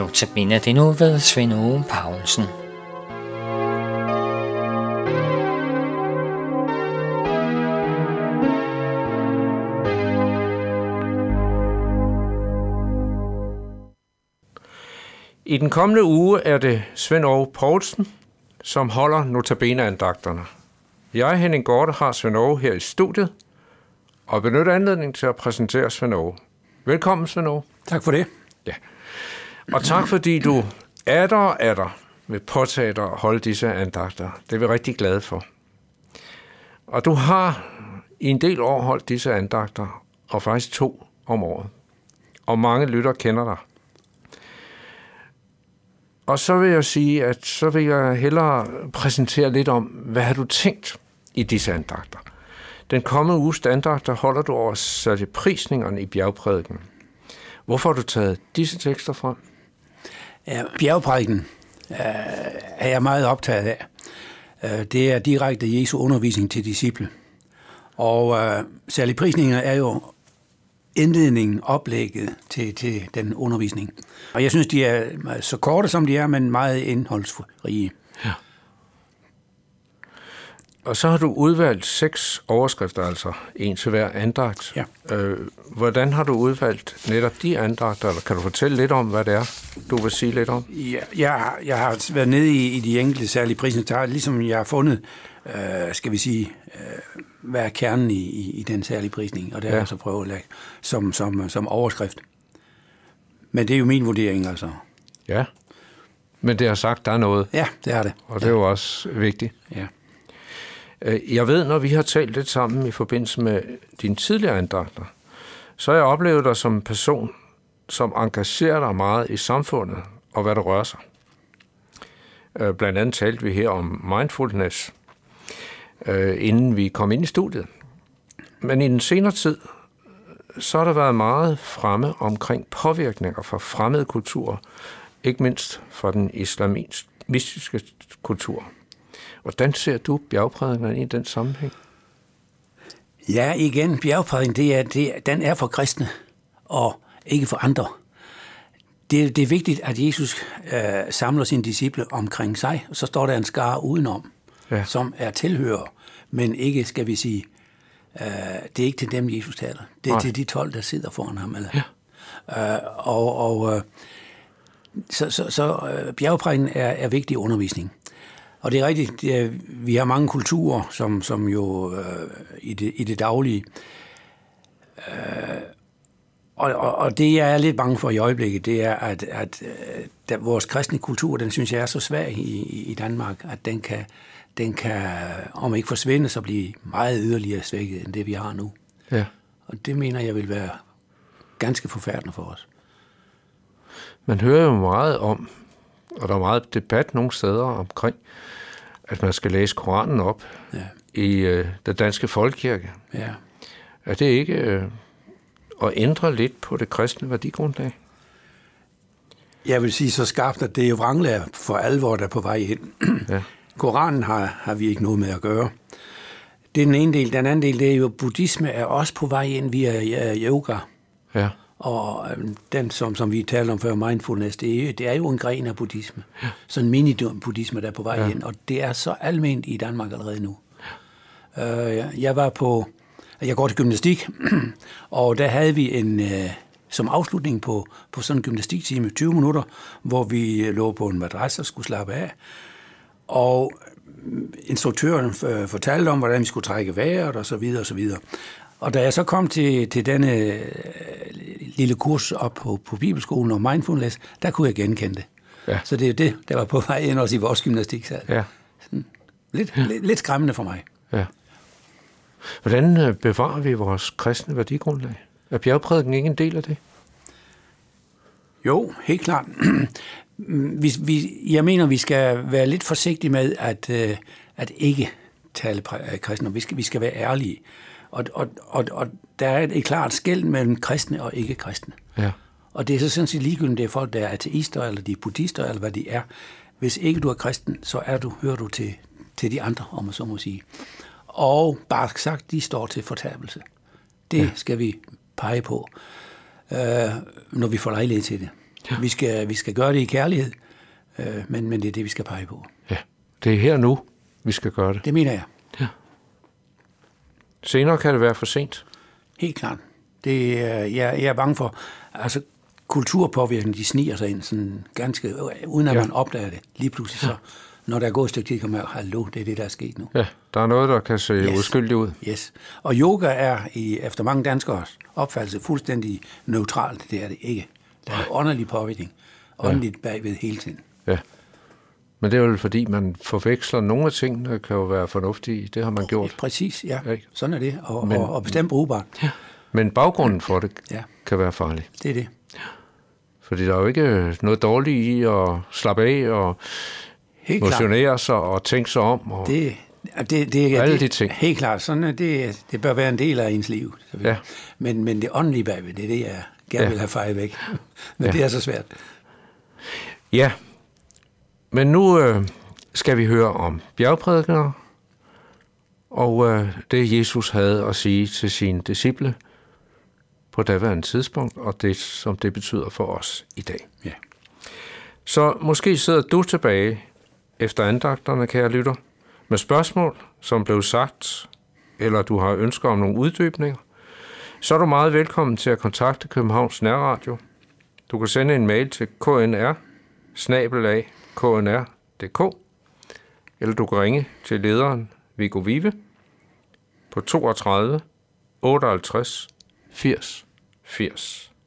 Notabene det nu ved Svend Åge Paulsen. I den kommende uge er det Svend Åge Paulsen, som holder notabene-andagterne. Jeg, Henning Gorte, har Svend Åge her i studiet, og benytter anledningen til at præsentere Svend Åge. Velkommen, Svend Åge. Tak for det. Ja. Og tak fordi du atter vil påtage dig at holde disse andagter. Det er vi rigtig glade for. Og du har i en del år holdt disse andagter, og faktisk 2 om året. Og mange lytter kender dig. Og så vil jeg sige, at så vil jeg hellere præsentere lidt om, hvad har du tænkt i disse andagter. Den kommende uges andagter holder du over saligprisningerne i bjergprædiken. Hvorfor har du taget disse tekster frem? Ja, bjergprædiken er jeg meget optaget af. Det er direkte Jesu undervisning til disciple. Og saligprisninger er jo indledningen, oplægget til den undervisning. Og jeg synes, de er så korte, som de er, men meget indholdsrige. Ja. Og så har du udvalgt 6 overskrifter, altså en til hver andagt. Ja. Hvordan har du udvalgt netop de andagter, eller kan du fortælle lidt om, hvad det er, du vil sige lidt om? Ja, jeg har været nede i de enkelte særlige prisninger, ligesom jeg har fundet, hvad er kernen i den særlige prisning, og det har jeg så prøvet at lægge som overskrift. Men det er jo min vurdering, altså. Ja, men det har sagt, der er noget. Ja, det er det. Og det er jo også vigtigt. Ja. Jeg ved, når vi har talt lidt sammen i forbindelse med dine tidligere andagter, så har jeg oplevet dig som en person, som engagerer dig meget i samfundet og hvad der rører sig. Blandt andet talte vi her om mindfulness, inden vi kom ind i studiet. Men i den senere tid, så har der været meget fremme omkring påvirkninger fra fremmede kulturer, ikke mindst fra den islamistiske kultur. Hvordan ser du bjergprædikenen i den sammenhæng? Ja, igen, bjergprædikenen, den er for kristne, og ikke for andre. Det er vigtigt, at Jesus samler sine disciple omkring sig, og så står der en skare udenom, som er tilhører, men ikke, skal vi sige, det er ikke til dem, Jesus taler. Det er til de 12, der sidder foran ham. Eller? Ja. Så bjergprædikenen er vigtig undervisning. Og det er rigtigt, vi har mange kulturer, som jo i det daglige. Og det, jeg er lidt bange for i øjeblikket, det er, at vores kristne kultur, den synes jeg er så svag i Danmark, at den kan, om ikke forsvinde, så blive meget yderligere svækket, end det vi har nu. Ja. Og det mener jeg vil være ganske forfærdende for os. Man hører jo meget om, og der er meget debat nogle steder omkring, at man skal læse Koranen op i den danske folkekirke. Ja. Er det ikke at ændre lidt på det kristne værdigrundlag? Jeg vil sige så skarpt, at det er jo vranglære for alvor, der er på vej ind. Ja. Koranen har vi ikke noget med at gøre. Det er den ene del. Den anden del, det er jo, at buddhisme er også på vej ind via yoga. Ja. Og den, som vi talte om før, mindfulness, det er jo en gren af buddhisme. Ja. Sådan en mini-buddhisme, der er på vej ind. Og det er så alment i Danmark allerede nu. Ja. Jeg går til gymnastik, og der havde vi som afslutning på sådan en gymnastiktime 20 minutter, hvor vi lå på en madras og skulle slappe af. Og instruktøren fortalte om, hvordan vi skulle trække vejret og så videre og så videre. Og da jeg så kom til denne lille kurs op på Bibelskolen om mindfulness, der kunne jeg genkende det. Ja. Så det er jo det, der var på vej ind også i vores gymnastiksal. Ja. Lidt skræmmende for mig. Ja. Hvordan bevarer vi vores kristne værdigrundlag? Er bjergprædiken ikke en del af det? Jo, helt klart. Jeg mener, vi skal være lidt forsigtige med at ikke tale kristne. Vi skal være ærlige. Og der er et klart skel mellem kristne og ikke-kristne. Ja. Og det er så sådan set ligegyldigt, det er folk, der er ateister, eller de er buddhister, eller hvad de er. Hvis ikke du er kristen, så hører du til de andre, om man så må sige. Og bare sagt, de står til fortabelse. Det skal vi pege på, når vi får lejlighed til det. Vi skal gøre det i kærlighed, men det er det, vi skal pege på. Ja, det er her nu, vi skal gøre det. Det mener jeg. Ja. Senere kan det være for sent. Helt klart. Jeg er bange for, altså kulturpåvirkning, de sniger sig ind sådan ganske, uden at man opdager det. Lige pludselig så, når der er gået et stykke tid, kommer jeg, hallo, det er det, der er sket nu. Ja, der er noget, der kan se uskyldigt ud. Yes. Og yoga er efter mange danskers opfattelse fuldstændig neutralt. Det er det ikke. Der er åndelig påvirkning. Åndeligt bagved hele tiden. Ja. Men det er jo fordi, man forveksler nogle af tingene, der kan jo være fornuftige. Det har man gjort. Præcis, ja. Ja. Sådan er det. Og bestemt brugbart. Ja. Men baggrunden for det kan være farlig. Det er det. Fordi der er jo ikke noget dårligt i at slappe af og motionere sig og tænke sig om. Og det alle de ting. Helt klart. Sådan er det bør være en del af ens liv. Ja. Men det åndelige bagved, det er det, jeg gerne vil have fejret væk. Men det er så svært. Ja. Men nu skal vi høre om bjergprædikener, og det Jesus havde at sige til sine disciple på daværende tidspunkt, og det, som det betyder for os i dag. Ja. Så måske sidder du tilbage efter andagterne, kære lytter, med spørgsmål, som blev sagt, eller du har ønsker om nogle uddybninger, så er du meget velkommen til at kontakte Københavns Nærradio. Du kan sende en mail til knr@knr.dk, eller du kan ringe til lederen Viggo Vive på 32 58 80 80.